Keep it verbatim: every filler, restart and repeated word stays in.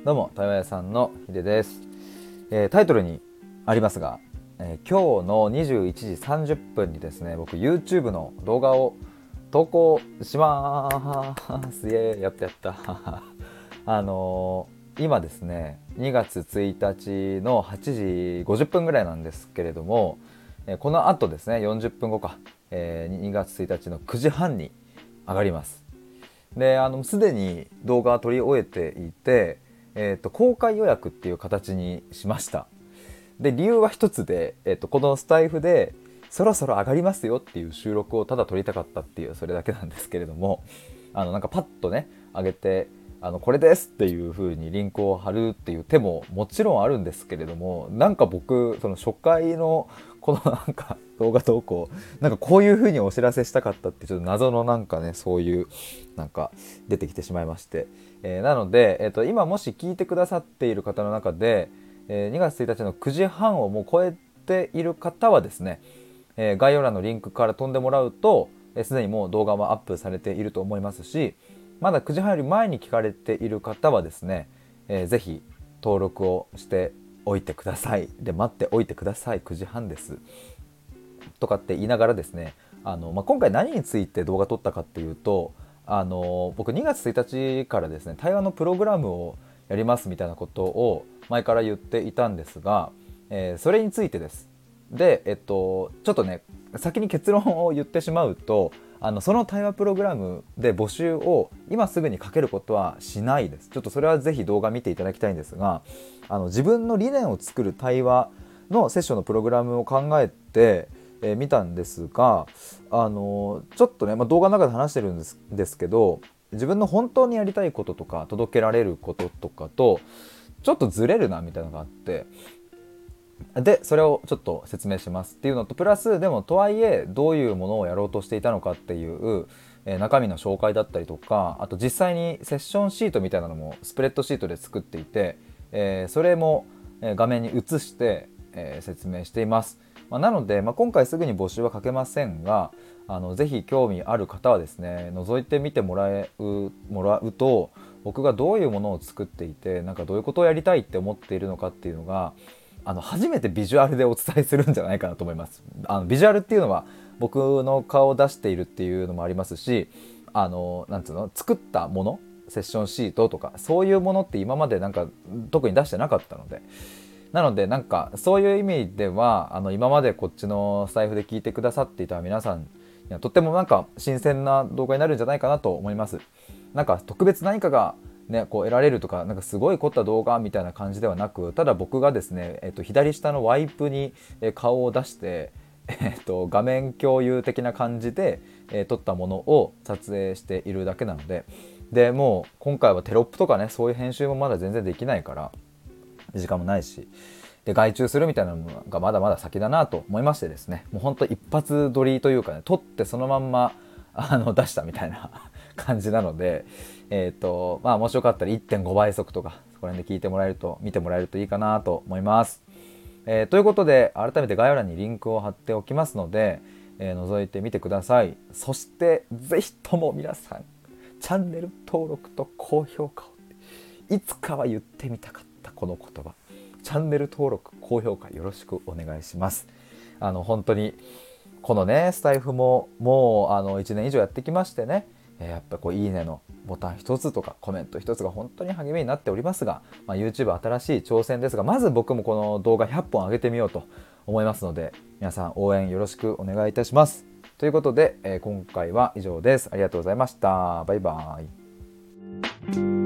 どうも台湾屋さんのひでです、えー、タイトルにありますが、えー、今日のにじゅういちじさんじゅっぷんにですね、僕 YouTube の動画を投稿しますイエーイ、やったやったあのー、今ですねにがつついたちのはちじごじゅっぷんぐらいなんですけれども、えー、この後ですねよんじゅっぷんごか、えー、にがつついたちのくじはんに上がります。で、あのすでに動画は撮り終えていて、えー、と公開予約っていう形にしました。で、理由は一つで、えー、とこのスタイフでそろそろ上がりますよっていう収録をただ撮りたかったっていう、それだけなんですけれども、あのなんかパッとね上げて、あのこれですっていう風にリンクを貼るっていう手ももちろんあるんですけれども、なんか僕その初回のこのなんか動画投稿、なんかこういう風にお知らせしたかったってちょっと謎のなんかね、そういうなんか出てきてしまいまして、えー、なので、えー、と今もし聞いてくださっている方の中で、えー、にがつついたちのくじはんをもう超えている方はですね、えー、概要欄のリンクから飛んでもらうとすで、えー、にもう動画もアップされていると思いますし、まだくじはんより前に聞かれている方はですね、えー、ぜひ登録をしておいてください。で、待っておいてください、くじはんですとかって言いながらですね、あの、まあ、今回何について動画撮ったかっていうと、あの僕にがつついたちからですね対話のプログラムをやりますみたいなことを前から言っていたんですが、えー、それについてです。で、えっとちょっとね先に結論を言ってしまうと、あのその対話プログラムで募集を今すぐにかけることはしないです。ちょっとそれはぜひ動画見ていただきたいんですが、あの自分の理念を作る対話のセッションのプログラムを考えてえー、見たんですが、あのー、ちょっとね、まあ、動画の中で話してるんです、ですけど、自分の本当にやりたいこととか届けられることとかとちょっとずれるなみたいなのがあって、でそれをちょっと説明しますっていうのと、プラスでもとはいえどういうものをやろうとしていたのかっていう、えー、中身の紹介だったりとか、あと実際にセッションシートみたいなのもスプレッドシートで作っていて、えー、それも画面に映して、えー、説明しています。まあ、なので、まあ、今回すぐに募集はかけませんが、あのぜひ興味ある方はですね覗いてみてもらえうもらうと、僕がどういうものを作っていて、なんかどういうことをやりたいって思っているのかっていうのが、あの初めてビジュアルでお伝えするんじゃないかなと思います。あのビジュアルっていうのは僕の顔を出しているっていうのもありますし、あのなんつうの作ったもの、セッションシートとかそういうものって今までなんか特に出してなかったので、なのでなんかそういう意味では、あの今までこっちのスタイフで聞いてくださっていた皆さんにはとってもなんか新鮮な動画になるんじゃないかなと思います。なんか特別何かがね、こう得られるとか、なんかすごい凝った動画みたいな感じではなく、ただ僕がですね、えっと、左下のワイプに顔を出して、えっと、画面共有的な感じで、えー、撮ったものを撮影しているだけなので、でもう今回はテロップとかね、そういう編集もまだ全然できないから、時間もないし、で外注するみたいなのがまだまだ先だなと思いましてですね、もうほんと一発撮りというかね、撮ってそのまんまあの出したみたいな感じなので、えっとまあもしよかったら いってんご 倍速とかそこら辺で聞いてもらえると、見てもらえるといいかなと思います。えー、ということで改めて概要欄にリンクを貼っておきますので、えー、覗いてみてください。そしてぜひとも皆さんチャンネル登録と高評価を、いつかは言ってみたかったこの言葉、チャンネル登録高評価よろしくお願いします。あの本当にこのねスタイフももうあのいちねん以上やってきましてね、えー、やっぱこういいねのボタン一つとかコメント一つが本当に励みになっておりますが、まあ、YouTube 新しい挑戦ですが、まず僕もこの動画ひゃっぽん上げてみようと思いますので、皆さん応援よろしくお願いいたします。ということで、えー、今回は以上です。ありがとうございました。バイバイ。